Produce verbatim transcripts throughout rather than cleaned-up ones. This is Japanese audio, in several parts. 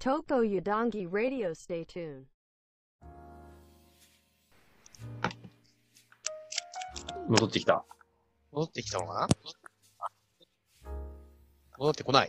Toko Yudongi Radio Stay tuned. 戻ってきた。 戻ってきたのかな？戻ってこない。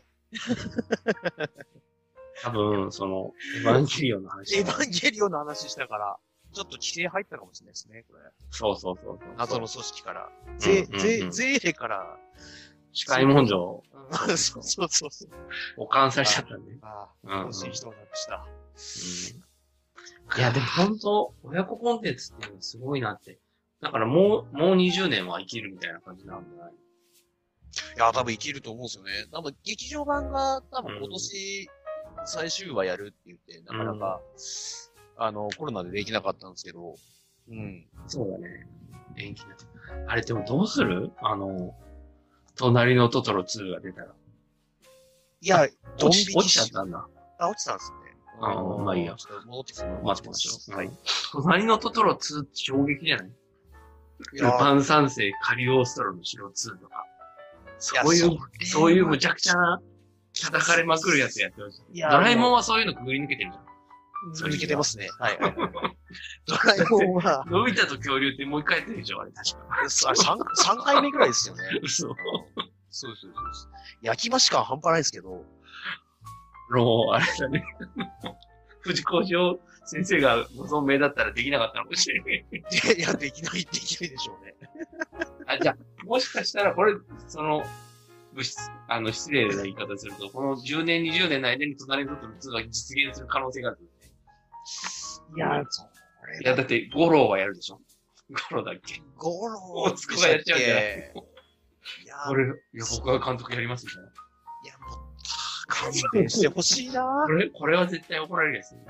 多分、その、エヴァンゲリオンの話。 エヴァンゲリオンの話したから、ちょっと規制入ったかもしれないですね、これ。 そうそうそうそう。 謎の組織から。ゼ、 うんうんうんゼ、ゼーレから、 司会文書うんそうそうそうそう。 保管されちゃったんで。 ああ、 うんうん欲しい人になりました。 うん、いや、でも本当、親子コンテンツっていうのはすごいなって。だからもう、もうにじゅうねんは生きるみたいな感じなんじゃない？ いや、多分生きると思うんですよね。多分劇場版が多分今年最終話やるって言って、なかなか、あの、コロナでできなかったんですけど、うん。 そうだね。延期だ。あれでもどうする？あの、隣のトトロツーが出たら。 いや、ドン落ち、 引き落ちちゃったんだ。 あ、落ちたんですね。 ああ、まあいいや。 ちょっと戻ってきて待ってましょう。 はい。 隣のトトロツーって衝撃じゃない？ルいやパン三世カリオーストロの城ツーとか。そういう、そういうむちゃくちゃな、叩かれまくるやつやってました。 いやドラえもんはそういうのくぐり抜けてるじゃん。 それ抜けてますね。はいはいはい。ドラえもんは、 のび太と恐竜ってもう一回やってるでしょあれ確か。 あれ三三回目ぐらいですよね。 嘘。 そうそうそう。焼き増し感半端ないですけど。 もう、あれだね。藤子不二雄先生がご存命だったらできなかったのかもしれない。 いや、できない、できないでしょうね。 あ、じゃあ、もしかしたらこれ、その、物質、あの、失礼な言い方すると、このじゅうねん、にじゅうねんの間に隣のトトロツーが実現する可能性がある、ね。 いや、 そいや、だって、ゴローはやるでしょ？ゴローだっけ？ ゴロ大塚がやっちゃうんじゃない？ いや、 これ、いや、僕が監督やりますみたいな。 いや、もう、勘弁してほしいなこれ、これは絶対怒られるやつ、ね。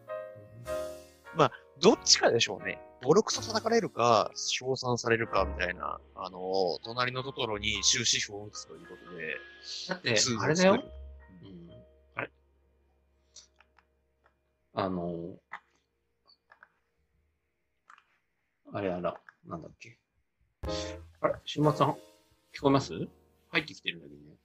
どっちかでしょうね。ボロクソ叩かれるか、称賛されるか、みたいな、あの、隣のトトロに終止符を打つということで。 だってツーを、 あれだよ。 作るうん、あれあの、あれあら、なんだっけ。あれ、週末さん、聞こえます？入ってきてるんだけどね。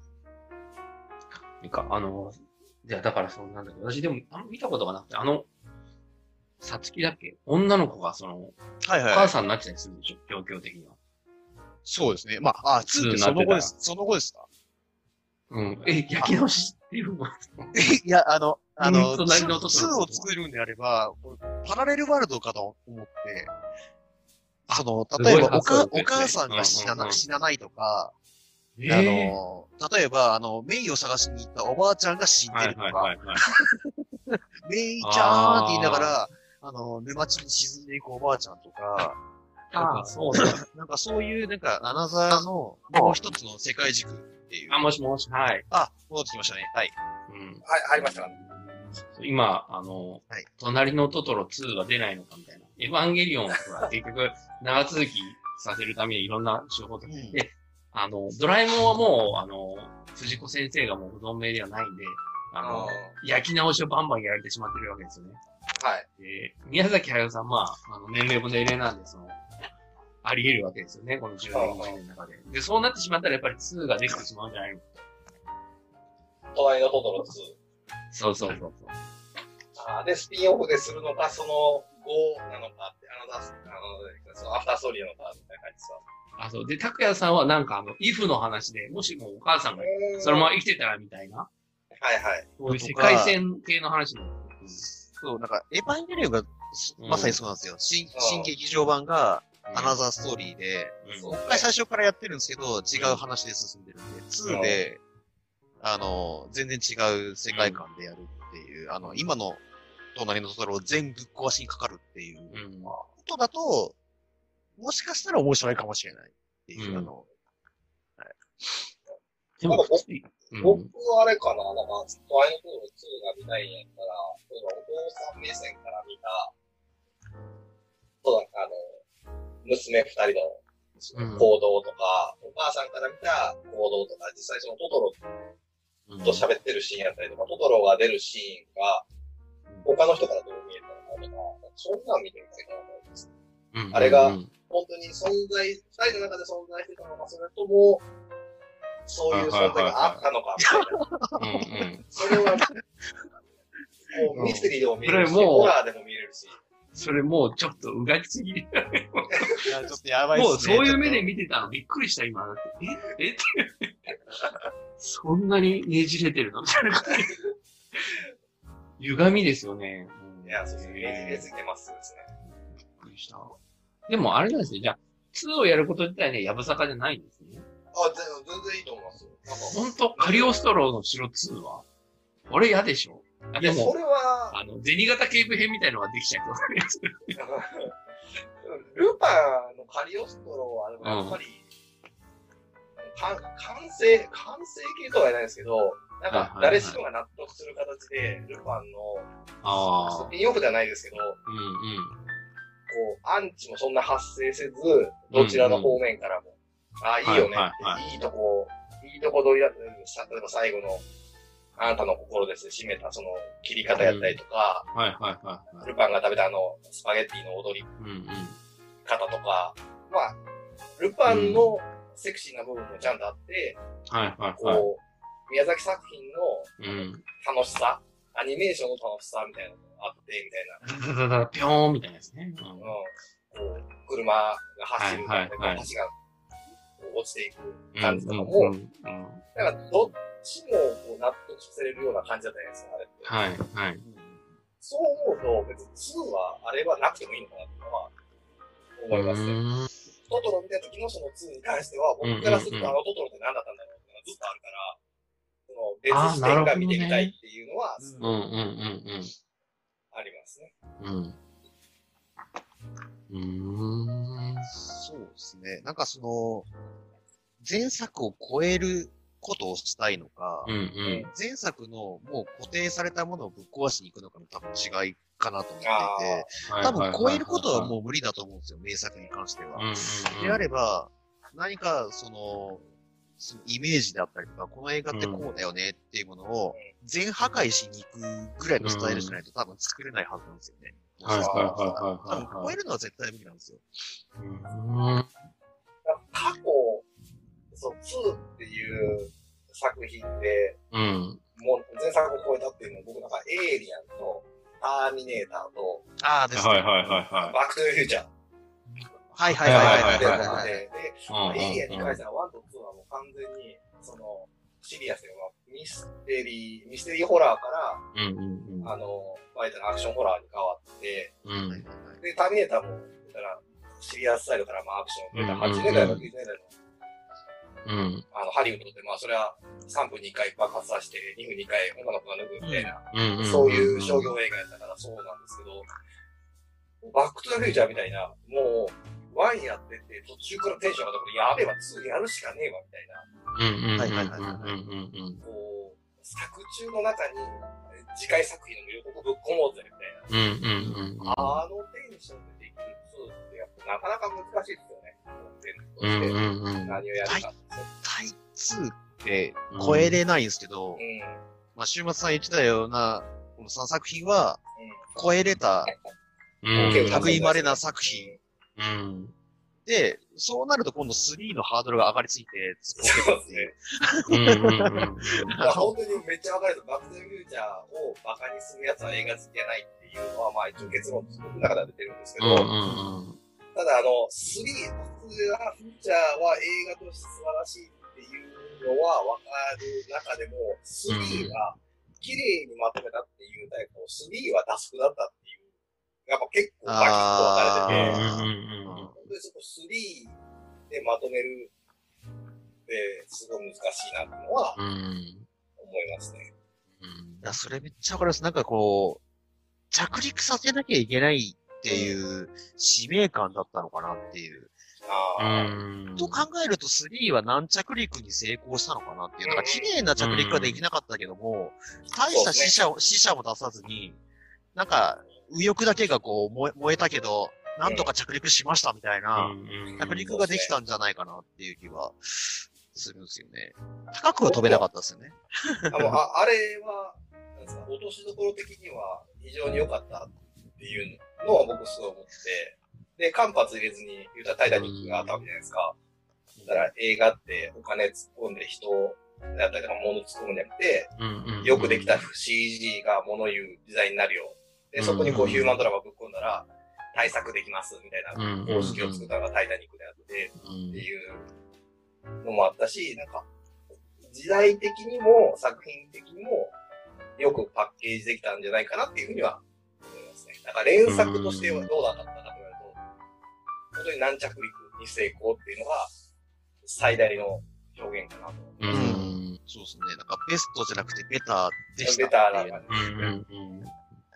いいか、あの、いや、だからそうなんだけど、私でも、あんま見たことがなくて、あの、さつきだっけ？女の子が、その、 はいはい。 お母さんになっちゃいするでしょ、状況的には。 そうですね。まあ、あ、ツーってその後です。その後ですか？ うん。え、焼き直しっていうの？ いや、あの、あの、 隣のトトロツーを作るんであれば、パラレルワールドかと思って、その、例えばおか、お母さんが死なな、死なないとか、 えー、 あの、例えば、あの、メイを探しに行ったおばあちゃんが死んでるとか、 はいはいはいはい、 メイちゃーんって言いながら、あの、沼地に沈んでいくおばあちゃんとか、 ああ、そうだ。 なんかそういう、なんか、アナザーの、もう一つの世界軸っていう。 あ、もしもし、はい。 あ、戻ってきましたね。はい。 うん。 はい、入りました。 今、あの、はい、隣のトトロツーが出ないのかみたいな。エヴァンゲリオンは結局、長続きさせるためにいろんな手法とか、うん、で、あの、ドラえもんはもう、あの、藤子先生がもう不存命ではないんで、あの、焼き直しをバンバンやられてしまってるわけですよね。 はい。 で、宮崎駿さんは、あの、年齢も年齢なんで、その、あり得るわけですよね、このじゅうねん、にじゅうねんの中で。で、そうなってしまったらやっぱりツーができてしまうんじゃないの？ 隣のトトロツー。 そうそうそうそう。 あで、スピンオフでするのか、その後なのかって、あの、あの、そのアフターストーリーなのか、みたいな感じですか。 あ、そう。で、拓也さんはなんかあの、イフの話で、もしもお母さんがそのまま生きてたらみたいな。 はいはい。 そういう世界線系の話の。 そう、なんか、エヴァンゲリオンが、まさにそうなんですよ。新、新劇場版が、アナザーストーリーで、もう一回最初からやってるんですけど、違う話で進んでるんで、ツーで、あの、全然違う世界観でやるっていう、あの、今の隣のトトロを全部壊しにかかるっていうことだと、もしかしたら面白いかもしれないっていう、あの、はい。 でも、僕はあれかな、なんか、ずっとアイノトロツーが見たいんやったら、お父さん目線から見た、そうなんかあの、娘二人の行動とか、うん、お母さんから見た行動とか、実際そのトトロと喋ってるシーンやったりとか、うん、トトロが出るシーンが、他の人からどう見えたのかとか、そんなん見てみたいなと思います。うん、あれが、本当に存在、二人の中で存在してたのか、それとも、そういう存在があったのか、みたいな。それは、 もうミステリーでも見れるし、 それもうホラーでも見れるし。 それもうちょっとうがちすぎる。 いや、ちょっとやばいっすね。 もうそういう目で見てたのびっくりした今。だってええって。そんなにねじれてるのみたいな感じ。歪みですよね。 いや、そうですね。ねじれすぎてますですね。 びっくりした。でもあれなんですね。じゃあ、ツーをやること自体ね、やぶさかじゃないんですね。 あ、全然全然いいと思いますよ。 ほんと、カリオストローの城ツーは俺嫌でしょあでも、 それは、 あの、銭形警部編みたいのができちゃうとわかります。 ルパンのカリオストロは、やっぱり、か完成、完成形とは言えないですけど、なんか、誰しもが納得する形で、ルパンの、 あスピンオフではないですけど、 うんうん。 こう、アンチもそんな発生せず、どちらの方面からも、ああ、いいよね、 はいはいはいいいとこ、いいとこ取りだ、例えば最後の、あなたの心ですね、締めたその切り方やったりとか、 はいはいはいはい。 ルパンが食べたあの、スパゲッティの踊りうんうん。 方とか、まあ、ルパンのセクシーな部分もちゃんとあって、 はいはいはい。 こう、宮崎作品のうん。 楽しさ、アニメーションの楽しさみたいなのがあって、みたいな。 ダダダダピョーンみたいなやつね。 うん。こう、車が走る、 はいはいはい橋が落ちていく感じとかも、 うんうんうん。 だからどっちもこう納得させれるような感じだったじゃないですか、あれって。 はいはい。 そう思うと、別にツーはあれはなくてもいいのかなっていうのは思いますね。 うーんトトロ見た時のそのツーに関しては、僕からするとあのトトロって何だったんだろうっていうのがずっとあるから、その別視点が見てみたいっていうのは、 うんうんうんありますね。 うん。うん。うーん。 そうですね。なんかその、前作を超えることをしたいのか、 うんうん。 前作のもう固定されたものをぶっ壊しに行くのかの多分違いかなと思っていあて、多分超えることはもう無理だと思うんですよ、名作に関しては。 うんうんうん。 であれば、何かその、そのイメージであったりとか、この映画ってこうだよねっていうものを全破壊しに行くぐらいのスタイルじゃないと多分作れないはずなんですよね。 はいはいはいはい多分はい。 超えるのは絶対無理なんですよ。 うーん。 過去、そう、ツーっていう作品で、 うん。 もう前作を超えたっていうのは僕なんかエイリアンとターミネーターとああですね。 はいはいはいはい。 バックトゥーフューチャー。 はいはいはいはいで、 はいはいはい。 で、 うんエイリアンに関してはワンとツーはもう完全に、その、シリアスで、ミステリー、ミステリーホラーかうんうんうん。 ら、あの、割とアクションホラーに変わって、 うん。 で、ターミネーターも、だから、シリアスサイドからまあアクション、 うんはちねんだいのきゅうじゅうねんだいの、 うん。 あの、ハリウッドって、まあ、それはさんぷんにいっかい爆発させて、にふんにいっかい女の子が脱ぐみたいな、 うんうん。 そういう商業映画やったからそうなんですけど、バックトゥザフューチャーみたいな、もう、ワンやってて、途中からテンションが上がって、やべえわ、ツーやるしかねえわ、みたいな。 うんうんうんうんはいはいはいうんうんこう、作中の中に、次回作品の魅力をぶっ込もうぜ、みたいな。 うんうんうんうん。 あのテンションでできるツーって、やっぱなかなか難しいですよね。 うんうんうん。 何をやるかって。 タイツーって超えれないんですけど、 うん。 まあ、週末さん言ってたような、このさんさく品はう超えれた、 うん類まれな作品。 うん。 で、そうなると今度スリーのハードルが上がりすぎて突っ込んでるっていう。 うんうんうんうん。 まあ本当にめっちゃ分かると、バックトゥザフューチャーをバカにするやつは映画好きじゃないっていうのは、まあ一応結論、僕の中では出てるんですけど、 うんうんうん。 ただあの、スリー、バックトゥザフューチャーは映画として素晴らしいっていうのは分かる中でも、スリーは綺麗にまとめたっていうタイプと、スリーはダスクだったっていう、やっぱ結構バキッと分かれてて、 うんうんうん。 本当にそこスリーでまとめるってすごい難しいなっていうのはうん。 思いますね。 うんいや、それめっちゃわかります。なんかこう、着陸させなきゃいけないっていう使命感だったのかなっていう。 うああ、 ん。 と考えるとスリーは何着陸に成功したのかなっていう。なんか綺麗な着陸はできなかったけども、大した死者を、死者も出さずに、なんか、右翼だけがこう燃え燃えたけど、なんとか着陸しましたみたいな、着陸ができたんじゃないかなっていう気はするんですよね。高くは飛べなかったですよね。 あのああれは、なんですか、落としどころ的には非常に良かったっていうのは僕すごい思ってて、で、間髪入れずに言うたらタイタニックがあったわけじゃないですか。だから映画ってお金突っ込んで人をだったりとか物作るんじゃなくて、 うんうんうん、 よくできた シージー が物言うデザインになるよ。で、そこにこうヒューマンドラマぶっ込んだら、対策できますみたいな公式を作ったのがタイタニックであって、っていうのもあったし、なんか、時代的にも作品的にもよくパッケージできたんじゃないかなっていうふうには思いますね。だから連作としてはどうだったかと言われると、本当に軟着陸に成功っていうのが最大の表現かなと思います。 うん、そうですね。なんかベストじゃなくてベターでした。 ベターな感じですね。 うんうんうん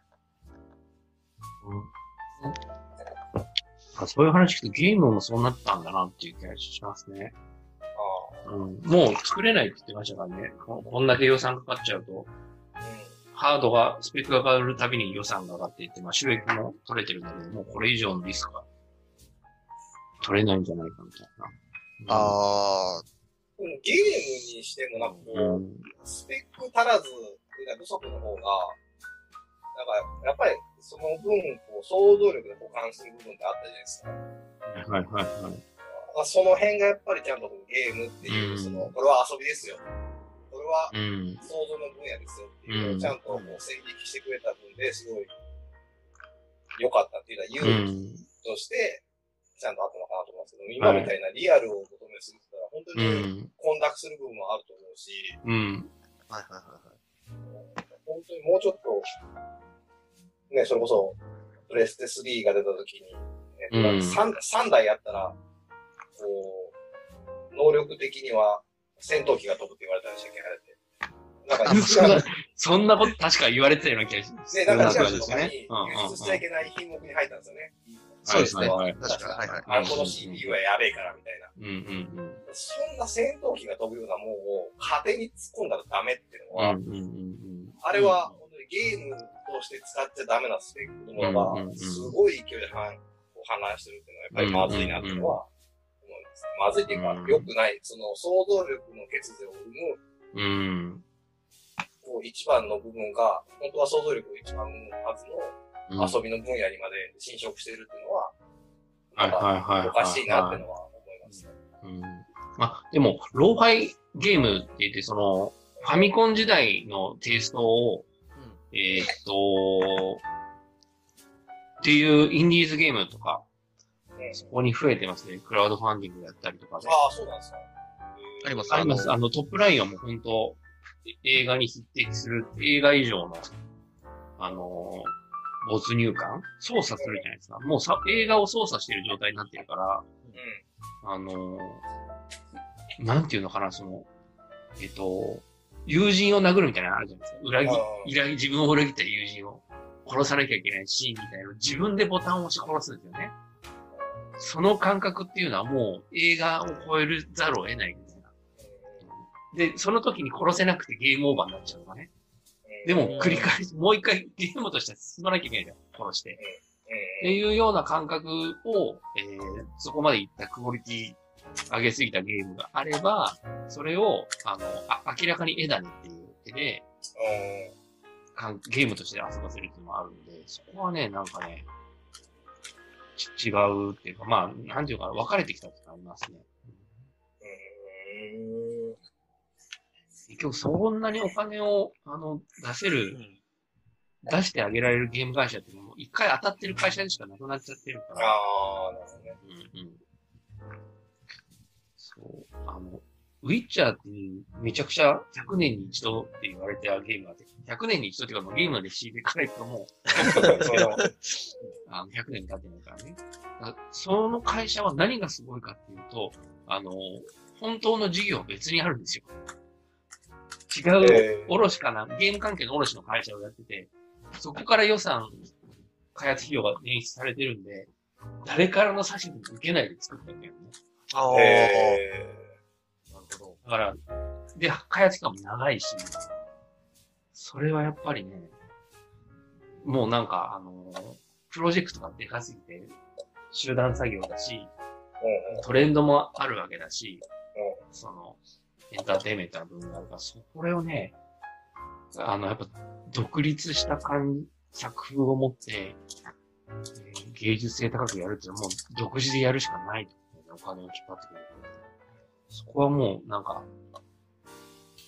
うん、そういう話聞くとゲームもそうなったんだなっていう気がしますね。あうん、もう作れないって言ってましたからね。こんだけ予算かかっちゃうと、うん、ハードが、スペックが上がるたびに予算が上がっていって、まあ収益も取れてるので、もうこれ以上のリスクが取れないんじゃないかみたいな。 うん、ああ。 ゲームにしてもなんかこう、うん、スペック足らず、不足の方が、なんか、やっぱり、その分、こう、想像力で補完する部分ってあったじゃないですか。 はいはいはい。 まあ、その辺がやっぱりちゃんとゲームっていう、うん、その、これは遊びですよ。これは想像の分野ですよっていうのをちゃんとこう線引きしてくれた分ですごい良かったっていうのは勇気としてちゃんとあったのかなと思うんですけど、今みたいなリアルを求めすぎたら本当に混濁する部分もあると思うし、 うん。 はいはいはいはい。 本当にもうちょっと、ね、それこそ、プレステスリーが出た時に、えっと、うん、3, 3台やったら、こう、能力的には戦闘機が飛ぶって言われたんでしたっけ、あれって。なんかそんな、そんなこと確か言われてたような気がします。 ね、なんか、ジャージとかに輸出しちゃいけない品目に入ったんですよね。 そうですね。 はい、確かに。あの、この シーピーユー はやべえからみたいな。 うんうんうん。 そんな戦闘機が飛ぶようなもんを勝手に突っ込んだらダメっていうのは、 うんうんうん、 あれは本当にゲームとして使っちゃダメなスペックのものが、すごい勢いで反乱してるっていうのはやっぱりまずいなっていうのは思います。まずいっていうか、良くない、その想像力の欠如を生む、 うん、 こう一番の部分が、本当は想像力を一番生むはずの、遊びの分野にまで侵食しているっていうのは、 はいはいはい。 おかしいなっていうのは思いますね。 うん。まあ、でも、ローファイゲームって言って、その、ファミコン時代のテイストを、うん、えー、っと、っていうインディーズゲームとか、うん、そこに増えてますね。クラウドファンディングやったりとかで。 ああ、そうなんですか。 あります。あります。あの、トップラインはもう本当、映画に匹敵する、映画以上の、あのー、没入感操作するじゃないですか。もうさ、映画を操作してる状態になってるから、うん、あのー、なんていうのかな、その、えっと、友人を殴るみたいなのあるじゃないですか。裏切、裏切、自分を裏切った友人を殺さなきゃいけないシーンみたいなのを自分でボタンを押し殺すんですよね。その感覚っていうのはもう映画を超えるざるを得ないみたいな。で、その時に殺せなくてゲームオーバーになっちゃうのがね。でも繰り返し、もう一回ゲームとして進まなきゃいけないじゃん。殺して。っていうような感覚を、えー、そこまでいったクオリティ上げすぎたゲームがあれば、それを、あの、あ明らかに絵だねっていう手で、ゲームとして遊ばせるっていうのもあるんで、そこはね、なんかね、違うっていうか、まあ、なんていうか、分かれてきたってありますね。結局、そんなにお金を、あの、出せる、うん、出してあげられるゲーム会社っていうのも、一回当たってる会社でしかなくなっちゃってるから。 ああ、なるほどね。 うんうん。そう、あの、ウィッチャーっていう、めちゃくちゃひゃくねんに一度って言われてたゲームがあって、ひゃくねんに一度っていうか、もうゲームの歴史でからいくともう、なんですけど、あのひゃくねん経ってないからね。その会社は何がすごいかっていうと、あの、本当の事業は別にあるんですよ。違う、卸かな、ゲーム関係の卸の会社をやってて、そこから予算、開発費用が捻出されてるんで、誰からの指図も受けないで作ったんだよね。 ああ。えー、なるほど。だから、で、開発期間も長いし、それはやっぱりね、もうなんか、あのー、プロジェクトがでかすぎて、集団作業だし、トレンドもあるわけだし、その、エンターテインメントの部分があるから、そこをね、あの、やっぱ、独立した感、作風を持って、えー、芸術性高くやるっていうのはもう独自でやるしかないと、ね。お金を引っ張ってくる。そこはもう、なんか、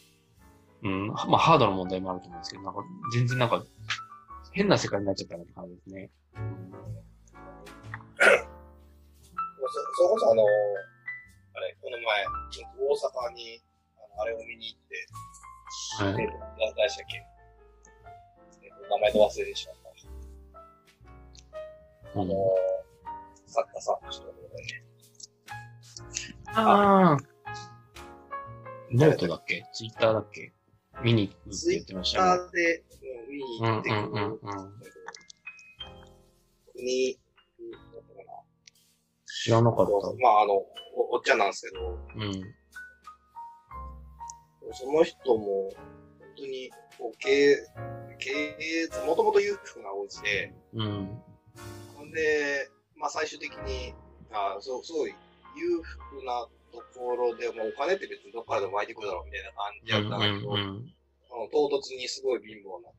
うん、まあハードの問題もあると思うんですけど、なんか全然なんか変な世界になっちゃったなって感じですね。うん、 そ, それこそあの、あれ、この前、大阪に、あのあれを見に行って、はい。何でしたっけ？名前で忘れてしまった。あの、うん、作家さんの人だね。 ああ。ノートだっけ？ツイッターだっけ？見に行くって言ってましたね。 ツイッターで、うん、見に行ってくる。うんうんうんうん。国、 知らなかった。 まあ、あの、お、おっちゃんなんですけど、うん。その人も、本当に、こう、経営、経営、もともと裕福なお家で、うん。ほんで、まあ、最終的に、あそう、すごい裕福なところでも、お金って別にどっからでも湧いてくるだろうみたいな感じだったんだけど、うんうんうん、唐突にすごい貧乏になって、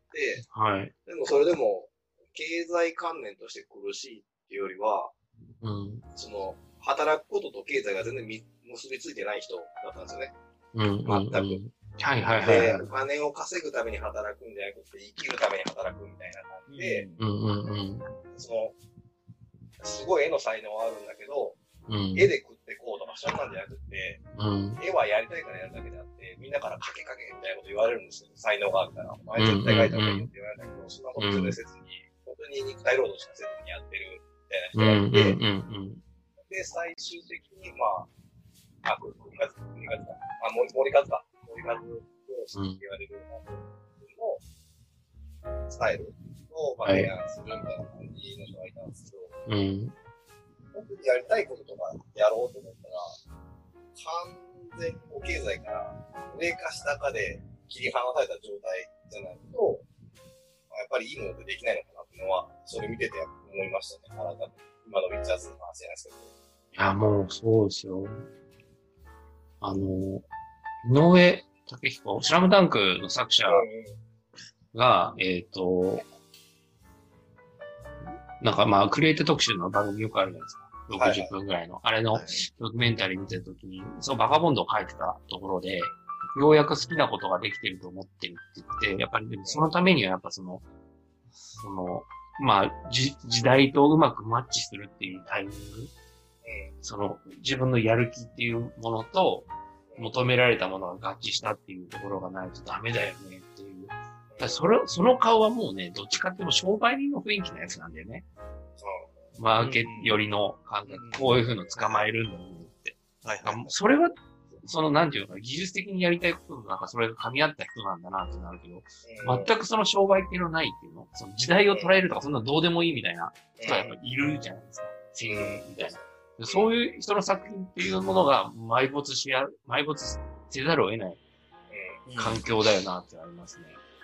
はい。でもそれでも、経済関連として苦しいっていうよりは、うん、その、働くことと経済が全然結びついてない人だったんですよね。うんうんうん、全く。はいはいはい。で、お金を稼ぐために働くんじゃなくて、生きるために働くみたいな感じで、うんうんうん、その、すごい絵の才能はあるんだけど、うん、絵で食ってこうとかそんなんじゃなくて、うん、絵はやりたいからやるだけであって、みんなから書け書けみたいなこと言われるんですよ。才能があるから。お前絶対書いた方がいいよって言われたけど、そんなこと全然せずに、本当に肉体労働しかせずにやってるみたいな人がいて、うんうんうんうん、で、最終的に、まあ、あ、これ、森和、森和か。あ、森、森和か。森和同士って言われるのスタイルを、まあ、提案するみたいな感じの人がいたんですけど、はい、うん、本当にやりたいこととかやろうと思ったら、完全に経済から上か下かで切り離された状態じゃないと、やっぱりいいものってできないのかなっていうのは、それ見てて思いましたね。改めて。今のウィッチャーズの話じゃないですけど。いや、もうそうですよ。あの、井上武彦、スラムダンクの作者が、うんうん、えっ、ー、と、なんかまあ、クリエイト特集の番組よくあるじゃないですか。ろくじゅっぷんぐらいの。はいはい、あれのドキュメンタリー見てるときに、そう、バカボンドを書いてたところで、ようやく好きなことができてると思ってるって言って、やっぱりでもそのためにはやっぱその、その、まあ、じ、時代とうまくマッチするっていうタイミング、その、自分のやる気っていうものと、求められたものが合致したっていうところがないとダメだよねっていう。だそれ、その顔はもうね、どっちかっていうと商売人の雰囲気のやつなんだよね。マーケ寄りの感覚、こういう風の捕まえるんだよねって。はいはい、それは、その、なんていうのか、技術的にやりたいこととなんかそれが噛み合った人なんだなってなるけど、全くその商売っていうのないっていうの、その時代を捉えるとかそんなどうでもいいみたいな人はやっぱいるじゃないですか。先生みたいな。そういう人の作品っていうものが埋没しや、埋没せざるを得ない環境だよなってありますね。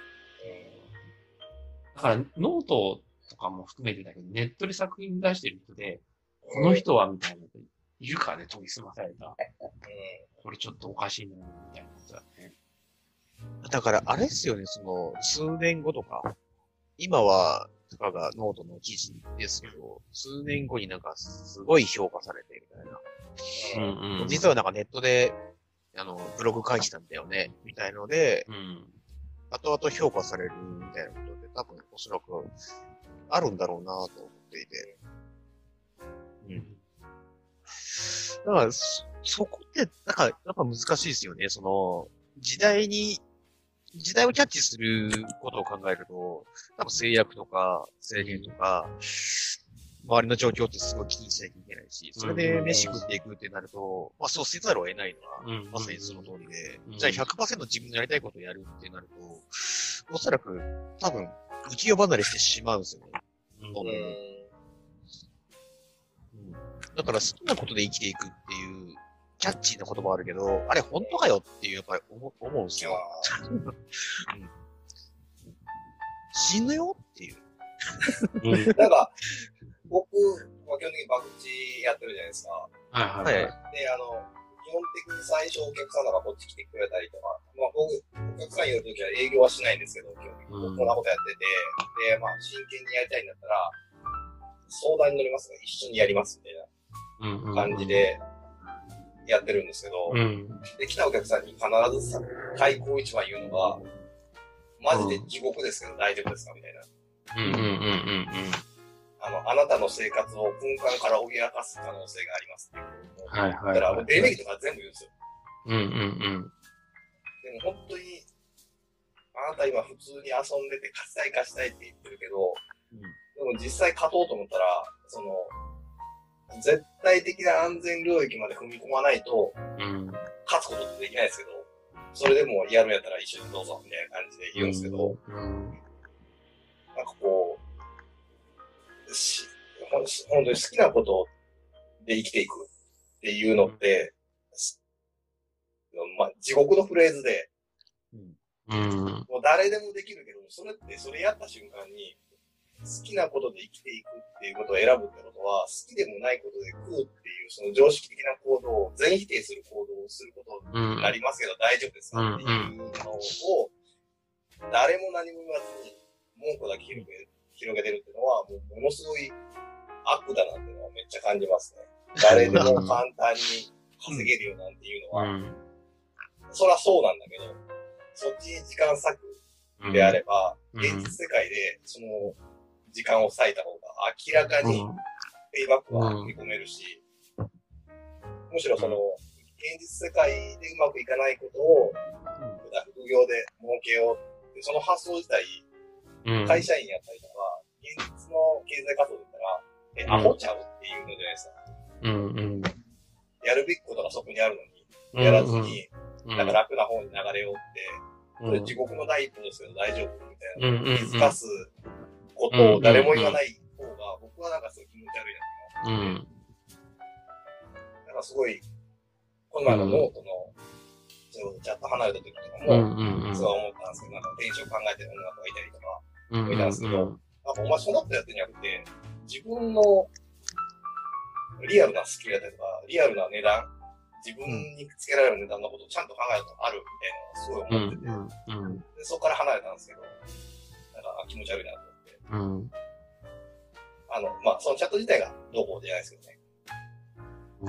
だから、ノートとかも含めてだけど、ネットで作品出してる人で、この人はみたいな、いるかね、研ぎ澄まされた。これちょっとおかしいな、みたいなことだね。 だから、あれですよね、その、数年後とか、今は、とかがノートの記事ですけど、数年後になんかすごい評価されてみたいな。うんうん、実はなんかネットで、あの、ブログ書いてたんだよね、みたいので、うん、後々評価されるみたいなことで、多分おそらくあるんだろうなと思っていて。うん。だから、そ、そこって、なんか、やっぱ難しいですよね。その、時代に、時代をキャッチすることを考えると、多分制約とか制限とか、周りの状況ってすごい気にしなきゃいけないし、それで飯食っていくってなると、まあそうせざるを得ないのは、まさにその通りで、じゃあ ひゃくパーセント 自分のやりたいことをやるってなると、おそらく多分浮世離れしてしまうんですよね。うん、うん、だから好きなことで生きていくっていう、キャッチーな言葉あるけど、あれ本当かよっていうやっぱり思思うんですよ。うん、死ぬよっていう。 うん、なんか、僕、まあ、基本的にバクチやってるじゃないですか。はいはい、はい。で、あの、基本的に最初お客さんがこっち来てくれたりとか、まあ僕、お客さんいるときは営業はしないんですけど、基本的にこんなことやってて、で、まあ真剣にやりたいんだったら、相談に乗りますが一緒にやりますみたいな感じで、 やってるんですけど、うん、で、来たお客さんに必ずさ、開口一番言うのが、マジで地獄ですけど大丈夫ですかみたいな。うんうんうんうん。あの、あなたの生活を根幹から脅かす可能性がありますっていう。はいはい、はい。だから、デメリットから全部言うんですよ。うんうんうん。でも本当に、あなた今普通に遊んでて勝ちたい勝ちたいって言ってるけど、うん、でも実際勝とうと思ったら、その、絶対的な安全領域まで踏み込まないと、うん、勝つことってできないですけど、それでもやるんやったら一緒にどうぞみたいな感じで言うんですけど、うんうん、なんかこう、しほん本当に好きなことで生きていくっていうのって、まあ、地獄のフレーズで、うん、もう誰でもできるけど、それってそれやった瞬間に、好きなことで生きていくっていうことを選ぶってことは、好きでもないことで食うっていう、その常識的な行動を全否定する行動をすることになりますけど、うん、大丈夫ですかっていうのを、誰も何も言わずに、文句だけ広げ、広げてるっていうのは、もうものすごい悪だなっていうのはめっちゃ感じますね。誰でも簡単に稼げるよなんていうのは、うん、そりゃそうなんだけど、そっちに時間割くであれば、うん、現実世界で、その、時間を割いた方が明らかにペイバックは見込めるし、うん、むしろその、現実世界でうまくいかないことを、副業で儲けようって、その発想自体、うん、会社員やったりとか、現実の経済活動だったら、え、アホちゃうっていうのじゃないですか。うんうん、やるべきことがそこにあるのに、やらずに、うんうん、なんか楽な方に流れようって、それ地獄の第一歩ですけど大丈夫みたいな、気づかすことを誰も言わない方が、僕はなんかすごい気持ち悪いなって思って、うん、なんかすごい、この前のノートの、それこそチャット離れた時とかも、すごい思ったんですけど、なんか電子を考えてる女の子がいたりとか、うん、いたんですけど、なんかお前そんなことやってんじゃなくて、自分のリアルなスキルやったりとか、リアルな値段、自分につけられる値段のことをちゃんと考えるとあるみたいなのをすごい思ってて、うんうんうん、でそこから離れたんですけど、なんか気持ち悪いなと思って。うん、あの、まあ、そのチャット自体がどうこうじゃないですけどね。うん、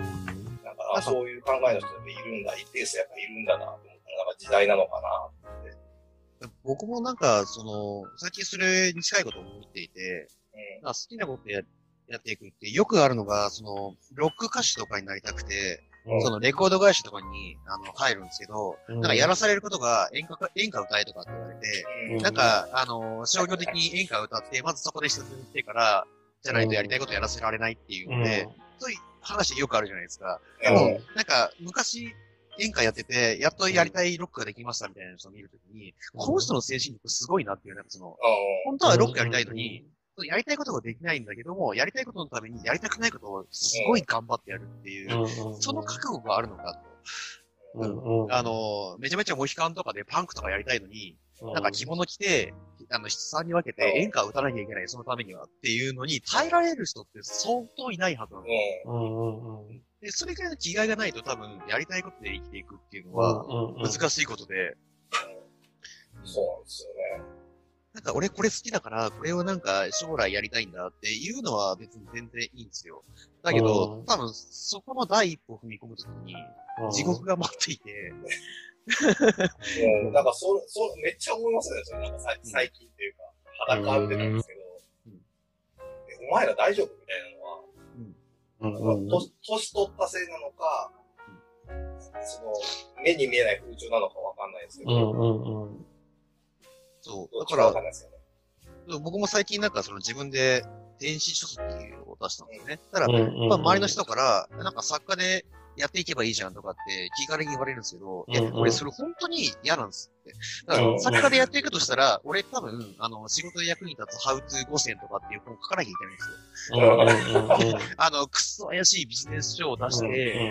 なんか、そういう考えの人っているんだ、一定数やっぱいるんだなと思ったら、なんか時代なのかなって。 僕もなんか、その、最近それに近いことを思っていて、うん、好きなことややっていくって、よくあるのが、その、ロック歌手とかになりたくて、うん、そのレコード会社とかに、あの、入るんですけど、うん、なんかやらされることが演歌、演歌歌えとかって言われて、うん、なんか、あの、商業的に演歌歌って、まずそこで一つにってから、じゃないとやりたいことやらせられないっていうので、うん、そういう話よくあるじゃないですか。でも、うん、なんか、昔、演歌やってて、やっとやりたいロックができましたみたいな人を見るときに、うん、この人の精神力すごいなっていう、なんかその、本当はロックやりたいのに、やりたいことができないんだけども、やりたいことのためにやりたくないことをすごい頑張ってやるっていう、うん、その覚悟があるのかと。うんうん、あの、めちゃめちゃモヒカンとかでパンクとかやりたいのに、うん、なんか着物着て、あの、七三に分けて演歌を歌わなきゃいけない、そのためにはっていうのに耐えられる人って相当いないはずなの。うんうん、で、それぐらいの気概がないと多分、やりたいことで生きていくっていうのは、難しいことで、 うんうん。そうなんですよね。 なんか俺これ好きだから、これをなんか将来やりたいんだっていうのは別に全然いいんですよ。だけど、多分そこの第一歩踏み込むときに、地獄が待っていて。 うん、なんかそ、そ、めっちゃ思いますね、それなんか最最近っていうか、肌変わってたんですけど、うん、お前ら大丈夫みたいなのは、うん、年取ったせいなのか、うん、その、目に見えない風潮なのかわかんないですけど、うんうんうん、 そう。だから、僕も最近なんかその自分で電子書籍を出したんですよね。だから、うんうんうん、まあ周りの人から、なんか作家でやっていけばいいじゃんとかって気軽に言われるんですけど、うんうん、いや、俺それ本当に嫌なんですって。だから作家でやっていくとしたら、俺多分、あの、仕事で役に立つハウツーごせんとかっていう本を書かなきゃいけないんですよ。うんうんうん、あの、くっそ怪しいビジネス書を出して、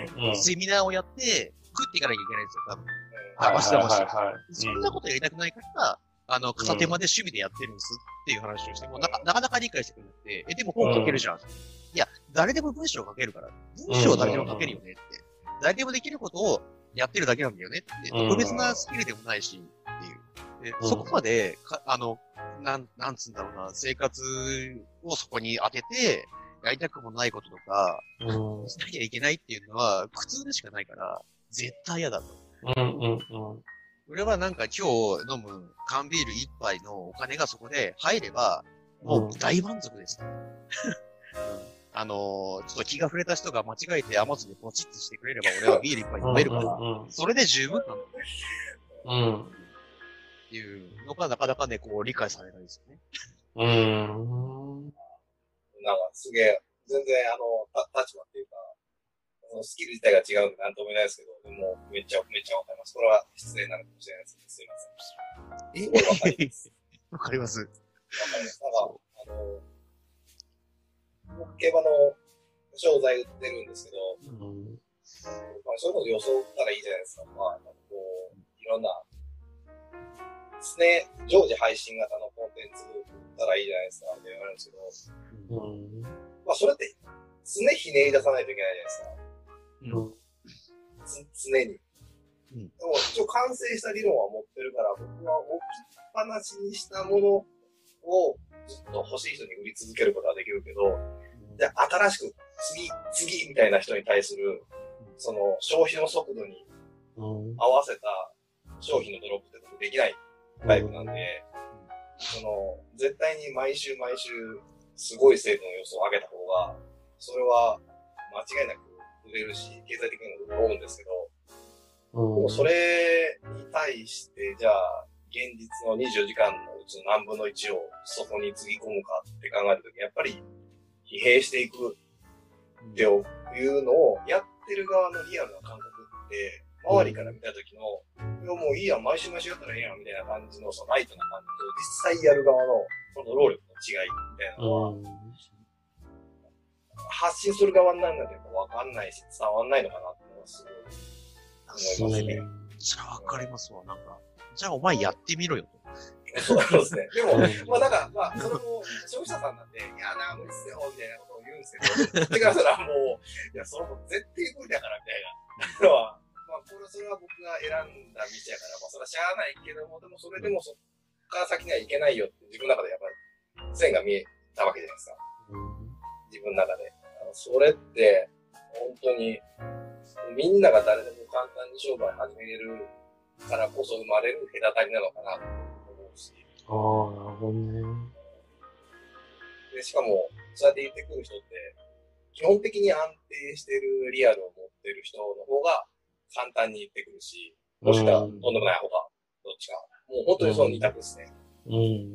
うんうんうん、セミナーをやって、食っていかなきゃいけないんですよ、多分。あ、ましたました。そんなことやりたくないから、あの、片手間で趣味でやってるんですっていう話をしても、なかなかなか理解してくれなくて、え、でも本書けるじゃん。うん、いや、誰でも文章を書けるから、文章は誰でも書けるよねって。誰でもできることをやってるだけなんだよねって。特別なスキルでもないし、っていう。で、そこまで、か、あの、なん、なんつうんだろうな、生活をそこに当てて、 やりたくもないこととか、 うん。 しなきゃいけないっていうのは苦痛でしかないから、絶対嫌だと。 うんうんうん。 俺はなんか今日飲む缶ビール一杯のお金がそこで入れば、もう大満足です。うん、あのー、ちょっと気が触れた人が間違えて甘酢でポチッとしてくれれば俺はビール一杯飲めるから、うんうんうん、それで十分なんだよね。うん。っていうのがなかなかね、こう理解されないですよね。 うーん。 なんかすげえ、全然あの、立場っていうか、そのスキル自体が違うんでなんとも言えないですけど、でもめっちゃめっちゃわかります。これは失礼なのかもしれないですけど、すいません。えすごいわかります。 わかります。わかります。なんか、あの、僕、競馬の商材売ってるんですけど、うん、まあ、そういうの予想ったらいいじゃないですか。まあ、こう、いろんな、常、常時配信型のコンテンツ売ったらいいじゃないですかって言われるんですけど、うん、まあ、それって常ひねり出さないといけないじゃないですか。うん、つ常に。うん、でも一応完成した理論は持ってるから、僕は置きっぱなしにしたものをずっと欲しい人に売り続けることはできるけど、じゃあ新しく次、次みたいな人に対する、その消費の速度に合わせた商品のドロップってことできないタイプなんで、その、絶対に毎週毎週すごい精度の予想を上げた方が、それは間違いなく売れるし、経済的にも潤うんですけど、でもそれに対して、じゃあ、現実のにじゅうよじかんのうちの何分のいちをそこにつぎ込むかって考えるとき、やっぱり疲弊していくっていうのをやってる側のリアルな感覚って、周りから見たときの、いやもういいやん、毎週毎週やったらいいやんみたいな感じの、そのライトな感じと、実際やる側のその労力の違いみたいなのは、発信する側になるのでわかんないし、伝わんないのかなっていうのはすごい思いますね。 それはわかりますわ、なんか。じゃあお前やってみろよと。 そうですね。でも、まあなんか、まあ、それも消費者さんなんで、いやな、無理っすよ、みたいなことを言うんですけど、てかそれはもう、いや、それも絶対無理だから、みたいなのは、まあ、これ、それは僕が選んだ道やから、まあ、それはしゃあないけども、でもそれでもそっから先にはいけないよって、自分の中でやっぱり、線が見えたわけじゃないですか。自分の中で。それって、本当に、みんなが誰でも簡単に商売始めれるからこそ生まれる隔たりなのかなと思うし。 ああ、なるほどね。 で、しかも、そうやって言ってくる人って、基本的に安定してるリアルを持ってる人の方が簡単に言ってくるし、もしくはとんでもない方が、どっちか。もう本当にその二択ですね。うん、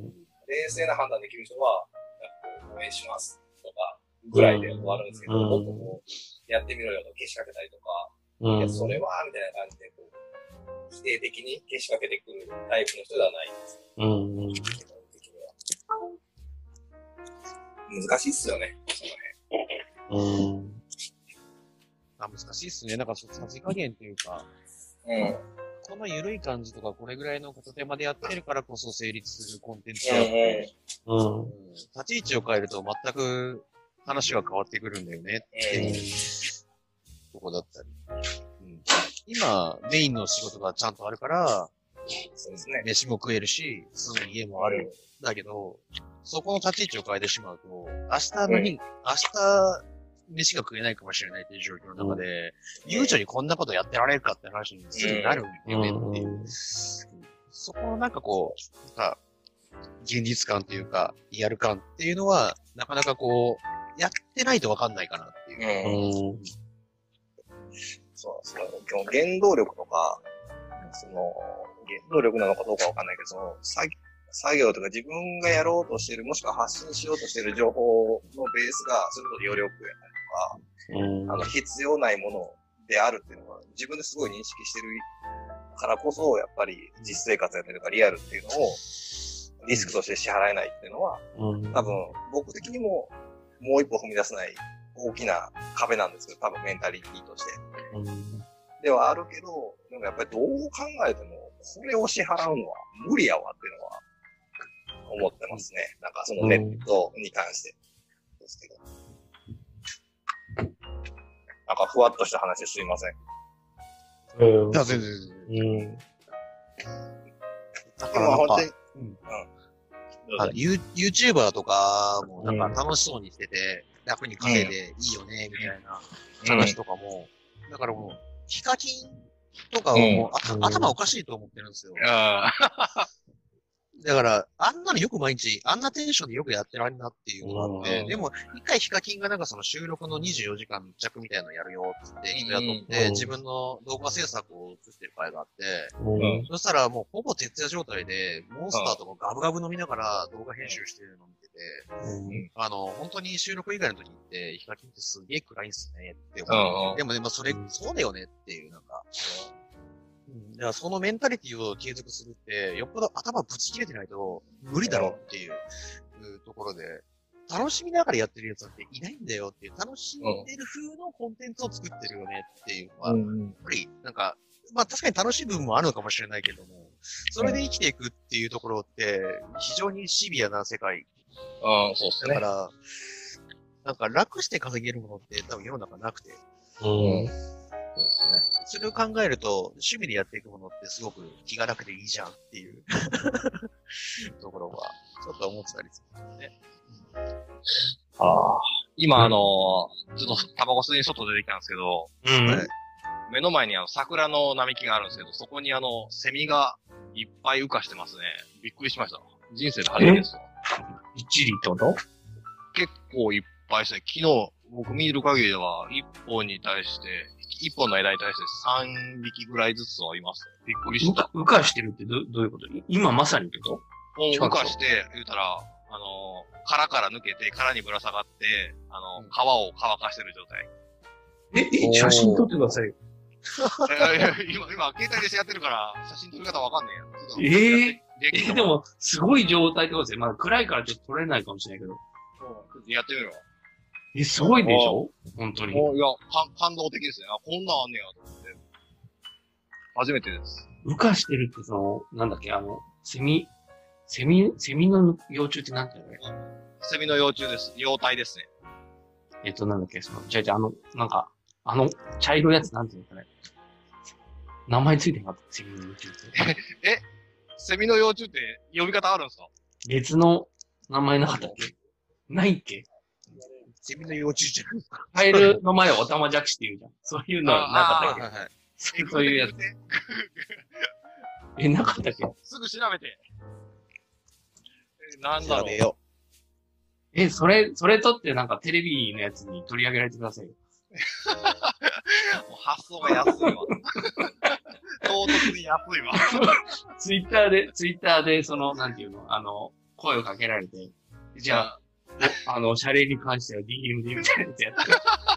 冷静な判断できる人は、応援しますとか、ぐらいで終わるんですけど、もっとこう、やってみろよとけしかけたりとか、うん、いや、それは、みたいな感じで、こう、否定的にけしかけてくるタイプの人ではないんです。うん、難しいっすよね、その辺。うん。 あ、難しいっすね。なんか、さじ加減っていうか、うん。この緩い感じとか、これぐらいの片手間でやってるからこそ成立するコンテンツだって、うん、うん。立ち位置を変えると全く話が変わってくるんだよねっていう、とこだったり。うん、今、メインの仕事がちゃんとあるから、そうですね。飯も食えるし、住む家もある。だけど、そこの立ち位置を変えてしまうと、明日のに、うん、明日、飯が食えないかもしれないっていう状況の中で、うん、悠長にこんなことやってられるかって話にすぐなるんだよねっていう。うん、そこのなんかこう、なんか、現実感というか、リアル感っていうのは、なかなかこう、やってないとわかんないかなっていう。うん、 そうですね。今日原動力とか、その、原動力なのかどうかわかんないけど、その作、作業とか自分がやろうとしてる、もしくは発信しようとしてる情報のベースが、それこそ余力やったりとか、うん、あの、必要ないものであるっていうのは、自分ですごい認識してるからこそ、やっぱり実生活やったりとかリアルっていうのを、リスクとして支払えないっていうのは、うん、多分、僕的にも、もう一歩踏み出せない大きな壁なんですけど、多分メンタリティとして。うん、ではあるけど、でもやっぱりどう考えても、これを支払うのは無理やわっていうのは思ってますね。なんかそのネットに関してですけど。なんかふわっとした話すいません。 うん。いや、全然全然。うん。だから本当に、うん。うん、あの、ユーチューバーとかもなんか楽しそうにしてて、 楽に稼いでいいよね、みたいな話とかも、だからもう、ヒカキンとかをもう、あ頭おかしいと思ってるんですよ。だから、あんなのよく毎日、あんなテンションでよくやってられるなっていうのがあって、でも、一回ヒカキンがなんかその収録のにじゅうよじかん密着みたいなのやるよってって人雇って、自分の動画制作を映してる回があって、そしたらもうほぼ徹夜状態で、モンスターとかガブガブ飲みながら動画編集してるのを見てて、あの、本当に収録以外の時って、ヒカキンってすげえ暗いんすねって思う。でもでもそれ、そうだよねっていう、なんか、だからそのメンタリティを継続するって、よっぽど頭ぶち切れてないと無理だろうっていうところで、楽しみながらやってるやつなんていないんだよっていう、楽しんでる風のコンテンツを作ってるよねっていうのは、やっぱりなんか、まあ確かに楽しい部分もあるのかもしれないけども、それで生きていくっていうところって、非常にシビアな世界。 ああ、そうですね。 だから、なんか楽して稼げるものって多分世の中なくて。 うん。 そうですね。それを考えると、趣味でやっていくものってすごく気が楽でいいじゃんっていうところは、ちょっと思ってたりするんですね。 うん、ああ。今、あのー、ちょっとタバコ吸いに外出てきたんですけど、 うんはい、 目の前にあの桜の並木があるんですけど、そこにあの、セミがいっぱい羽化してますね。びっくりしました。人生で初めてですわ。 一里ってこと？ 結構いっぱいですね。昨日、僕見る限りでは、一本に対して、一本の枝に対して三匹ぐらいずつはいます。びっくりした。 羽化してるってどどういうこと？今まさにってこと？ 羽化して、言うたら、あの、殻から抜けて、殻にぶら下がって、あの、皮を乾かしてる状態。 え、え、写真撮ってくださいよ。 いやいや今、今、携帯でやってるから、写真撮り方わかんねえや。ええー、え、でも、すごい状態ってことですよ。まあ、暗いからちょっと撮れないかもしれないけど。 やってみろ。 え、すごいでしょ本当に。 いや、感動的ですね。あ、こんなんあんねやと思って。初めてです。 羽化してるってその、なんだっけ、あの、セミ、セミ、セミの幼虫ってなんていうの？ セミの幼虫です。幼体ですね。 えっと、なんだっけ、その、じゃじゃあの、なんか、あの、茶色いやつなんていうのかね。名前ついてなかった、セミの幼虫って。 え、セミの幼虫って呼び方あるんですか？ 別の名前なかったっけ？ないっけ？ セミの幼虫じゃないですか。 カエルの前をオタマジャクシって言うじゃん。そういうのなかったっけ？はいはい、そういうやつ。え、なかったっけ？ すぐ調べて。え、なんだろう。調べよう。 え、それ、それとってなんかテレビのやつに取り上げられてくださいよ。 もう発想が安いわ。唐突に安いわ。 ツイッターで、ツイッターで、その、なんていうの、あの、声をかけられて、じゃあ、あの、謝礼に関しては ディーエム でみたいなやつやって。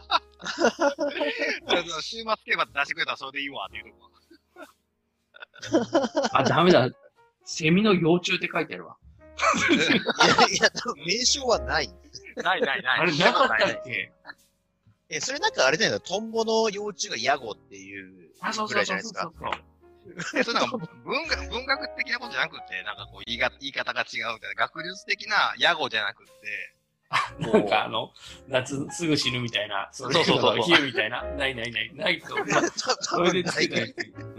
週末競馬出してくれたらそれでいいわっていうとこ。あ、ダメだ。セミの幼虫って書いてあるわ。 いや、いや、多分名称はない。 ないないない。 あれなかったっけ？ え、それなんかあれだよね、トンボの幼虫がヤゴっていうぐらいじゃないですか。 そうそうそうそう。それなんか文学、文学的なことじゃなくて、なんかこう言いが言い方が違うみたいな、学術的なヤゴじゃなくて、 なんかあの、夏すぐ死ぬみたいな、そうそうそう、比喩みたいな、ないないない、ないと、それでつけたやつ。うん。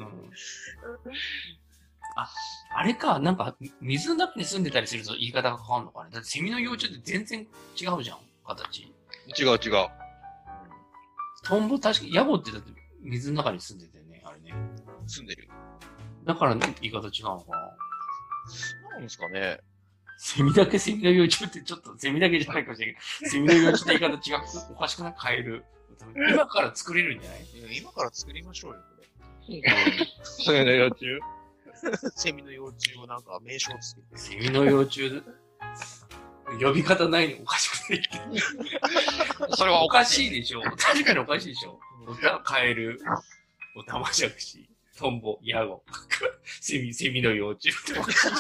あ、あれか、なんか、水の中に住んでたりすると言い方が変わるのかね。だってセミの幼虫って全然違うじゃん、形。 違う違う。 トンボ確か、ヤゴってだって水の中に住んでてね、あれね。 住んでる。 だからね、言い方違うのかな。 なんですかね。 セミだけセミの幼虫ってちょっと、セミだけじゃないかもしれないけど、セミの幼虫って言い方違う。おかしくない？カエル。今から作れるんじゃない？ 今から作りましょうよ、これ。 セミの幼虫セミの幼虫をなんか名称つけて。 セミの幼虫、呼び方ないのおかしくないそれはおかしいでしょ。確かにおかしいでしょ。カエル、オタマジャクシ、トンボ、ヤゴ、セミ、セミの幼虫っておかしい。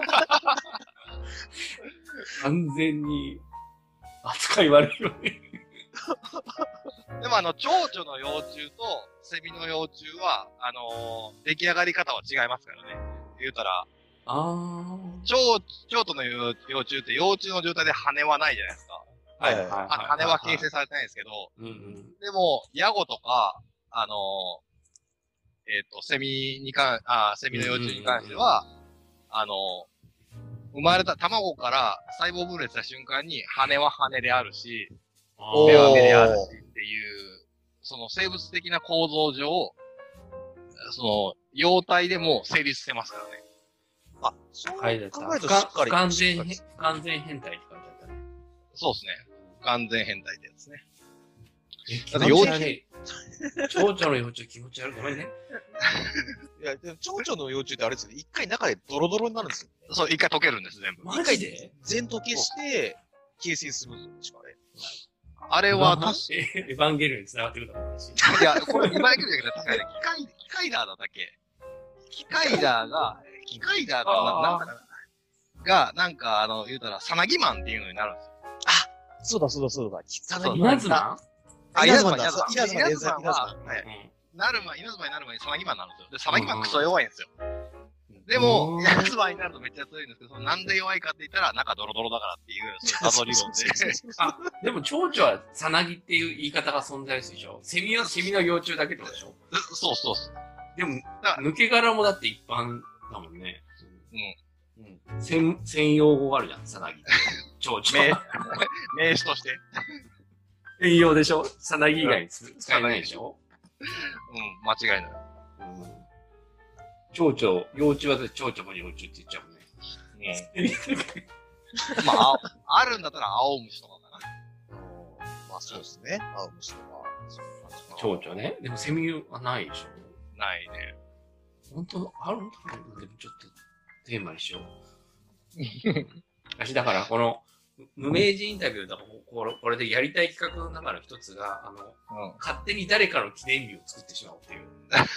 完全に扱い悪いよね。 でもあの、蝶々の幼虫とセミの幼虫は、あのー、出来上がり方は違いますからね。言うたら、 あー。 蝶、蝶々の幼虫って幼虫の状態で羽はないじゃないですか。 はいはいはい、はい。 羽は形成されてないんですけど、 うんうん、でも、ヤゴとか、あのー、えっ、ー、と、セミに関、あ、セミの幼虫に関しては、あのー、生まれた卵から細胞分裂した瞬間に羽は羽であるし、 目は目であるしっていう、その生物的な構造上、その、幼体でも成立してますからね。 あ、そう書いてあった。 考えるとしっかり。 不完全変、不完全変態って書いてあったね。 そうですね。不完全変態ってやつね。 え、気持ち悪い。蝶々の幼虫気持ち悪い。ごめんね。 いや、でも蝶々の幼虫ってあれですよね。一回中でドロドロになるんですよ。 そう、一回溶けるんです、全部。 マジで全溶けして、形成するんですよ、あれ。 あれは確かえ、エヴァンゲリオンに繋がってくるだろうし。 いや、これ今だけだけど、確かに機械、機械ダーだだけ。機械ダーが、機械ダーが、なんか、が、なんか、あの、言うたら、さなぎマンっていうのになるんですよ。 あ、そうだそうだそうだ。さなぎ稲妻あ、稲妻、稲妻。 稲妻、稲妻、稲妻。 は、なる前、稲妻になる前にさなぎマンになるんですよ。で、さなぎマンクソ弱いんですよ。でも、稲妻になるとめっちゃ強いんですけど、そのなんで弱いかって言ったら、中ドロドロだからっていう、そういう謎理論で。 あ、でも蝶々はさなぎっていう言い方が存在するでしょ。セミはセミの幼虫だけってことでしょ。 そうそうそう。 でも、抜け殻もだって一般だもんね。 うん。 うん。専、専用語があるじゃん、さなぎ。蝶々。 名、名詞として。 専用でしょ。さなぎ以外に使えないでしょ。 うん、間違いない。 うん。蝶々、幼虫は蝶々も幼虫って言っちゃうもんね。 うん。まあ、あるんだったら青虫とかかな。 まあそうですね。青虫とか。 蝶々ね。でもセミはないでしょ。 ないね。 本当あるんだろう。でもちょっとテーマにしよう。私だからこの無名人インタビューだとこれこれでやりたい企画の中の一つがあの、うん、勝手に誰かの記念日を作ってしまおうっていう。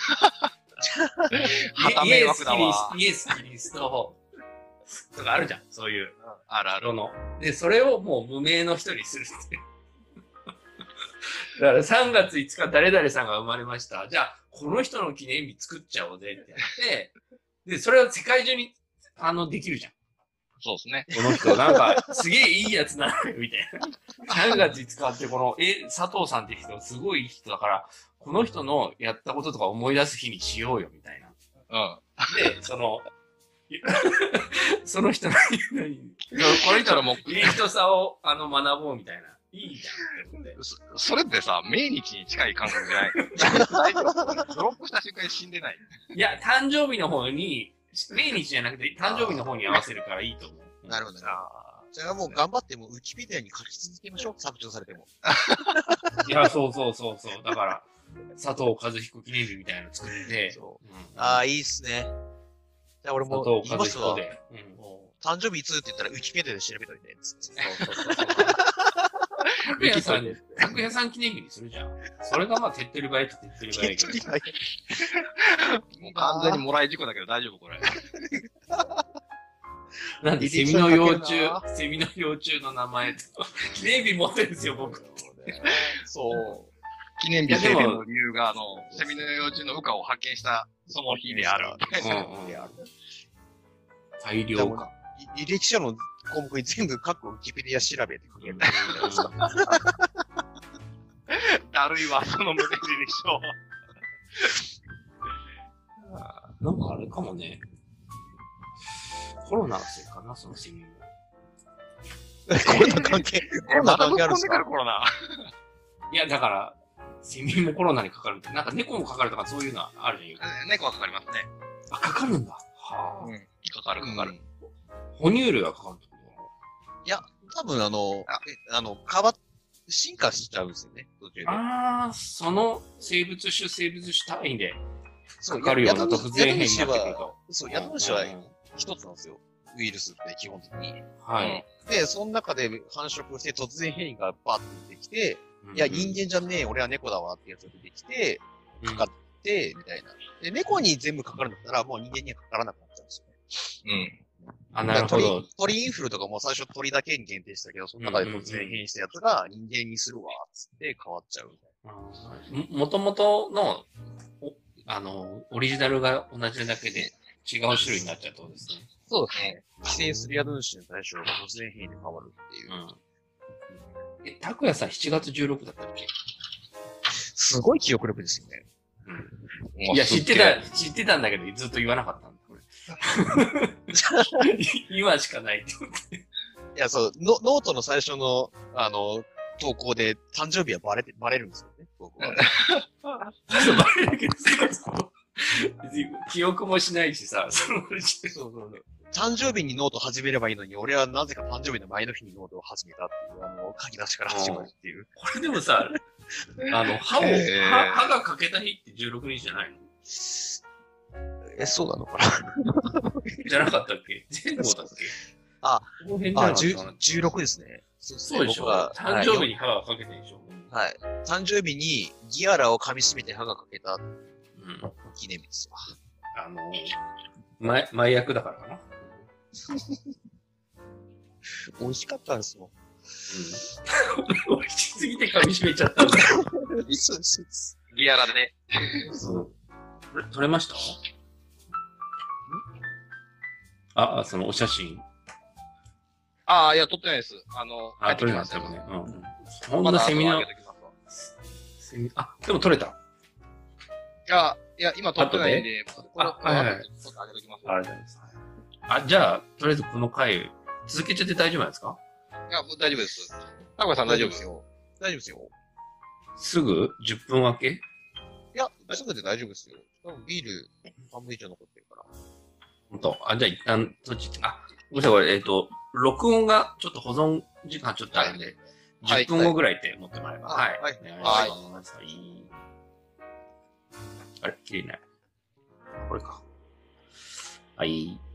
イエスキリスト、イエスキリストとかあるじゃん。そういう。 あるあるの。で、それをもう無名の人にするっていう。だからさんがついつか誰々さんが生まれました。じゃあ、この人の記念日作っちゃおうぜってやって、で、それを世界中に、あの、できるじゃん。 そうですね。 この人、なんか、すげえいいやつなのよ、みたいな。さんがついつかって、この、え、佐藤さんって人、すごいいい人だから、この人のやったこととか思い出す日にしようよ、みたいな。うん。で、その、その人の、この人のもう、いい人さを、あの、学ぼうみたいな。いいじゃんって思って。 そ、それってさ、命日に近い感覚じゃないドロップした瞬間に死んでない。 いや、誕生日の方に、命日じゃなくて、誕生日の方に合わせるからいいと思う。 なるほどね。じゃあもう頑張っても、ウィキペディアに書き続けましょう。削除されても。 いや、そうそうそうそう。だから、佐藤和彦記念日みたいなの作って。 そう。うん、ああ、いいっすね。じゃあ俺も、 佐藤和彦で。 うん、誕生日いつって言ったら、ウィキペディアで調べといて。つって。そうそうそう。 拓也さん、拓也さん記念日にするじゃん。それがまあ手っ取り早いと手っ取り早いけど。 もう完全にもらい事故だけど大丈夫これ。 なんでセミの幼虫、セミの幼虫の名前と、記念日持ってるんですよ、僕。 そう。記念日制定の理由が、あの、セミの幼虫の羽化を発見したその日である。 大量化。 履歴書の項目に全部各ウィキペディア調べてくれる。 だるいわ、その無理でしょう。なんかあれかもね。コロナのせいかな、そのセミも。 コロナ関係、 コロナ関係あるんですかコロナ。 いや、だから、セミもコロナにかかるって、なんか猫もかかるとかそういうのはあるじゃん。猫はかかりますね。 あ、かかるんだ。はぁ、うん。かかるかかる。 哺乳類がかかるってこといや、多分あの、あの、変わっ、進化しちゃうんですよね、途中で。 ああ、その生物種、生物種単位でかかるような突然変異になってくると。 そう、ヤドムシは一つなんですよ。ウイルスって基本的に。 はい。 で、その中で繁殖して突然変異がバーって出てきて、いや、人間じゃねえ、俺は猫だわってやつが出てきて、かかって、みたいな。で、猫に全部かかるんだったら、もう人間にはかからなくなっちゃうんですよね。 うん。 あ、なるほど。 鳥インフルとかも最初鳥だけに限定したけど、その中で突然変異したやつが人間にするわ、つって変わっちゃうみたいな。 もともとの、あの、オリジナルが同じだけで違う種類になっちゃうってことですね。 そうですね。寄生するヤドムシの対象が突然変異で変わるっていう。 うん、え、拓也さんしちがつじゅうろくだったっけ？ すごい記憶力ですよね。 うん、いや、知ってた、知ってたんだけど、ずっと言わなかったんだ。今しかないって思って。 いや、そう、ノノートの最初の、あの、 投稿で誕生日はバレて、バレるんですよね、僕は。 ちょっとバレるけどさ、記憶もしないしさ、そのうち。 そうそうそう。誕生日にノート始めればいいのに、俺はなぜか誕生日の前の日にノートを始めたっていう、あの、書き出しから始まるっていう。 これでもさ、あの、歯を、 えー歯、歯が欠けた日ってじゅうろくにちじゃないの？ え、そうなのかなじゃなかったっけ？前後だっけ？ あ、 この辺じゃなあ、 かったかなじゅうろくですね。そうですね。 そうでしょ？ 僕は誕生日に歯が欠けてんでしょ？ はい。誕生日にギアラを噛み締めて歯が欠けたうん。 記念日ですわ。 あの、前、前役だからかな。 美味しかったんですもん。 うん。美味しすぎて噛み締めちゃったんだ。 そうですそうですリアラでね。 そうこれ撮れました？あ、そのお写真。 ああ、いや、撮ってないです。あの、 あ、撮れなかったよね。うん。そんなセミナー、セミあ、でも撮れた。 いや、いや、今撮ってないんで、これ、 あはいはい撮ってあげておきます。 ありがとうございます。あ、じゃあ、とりあえずこの回、続けちゃって大丈夫なんですか？ いや、もう大丈夫です。タコさん大丈夫ですよ。 よ。大丈夫ですよ。 すぐ ?じゅっぷん分け？ いや、すぐで大丈夫ですよ。多分ビール半分以上残ってるから。 ほんと。あ、じゃあ一旦、そっち、あ、ごめんなさい、これ、えっと、録音がちょっと保存時間ちょっとあるんで、 はいじゅっぷんごぐらいって持ってもらえば。はい。 はいお願いします。はい。あれ、切れない。これか。はい。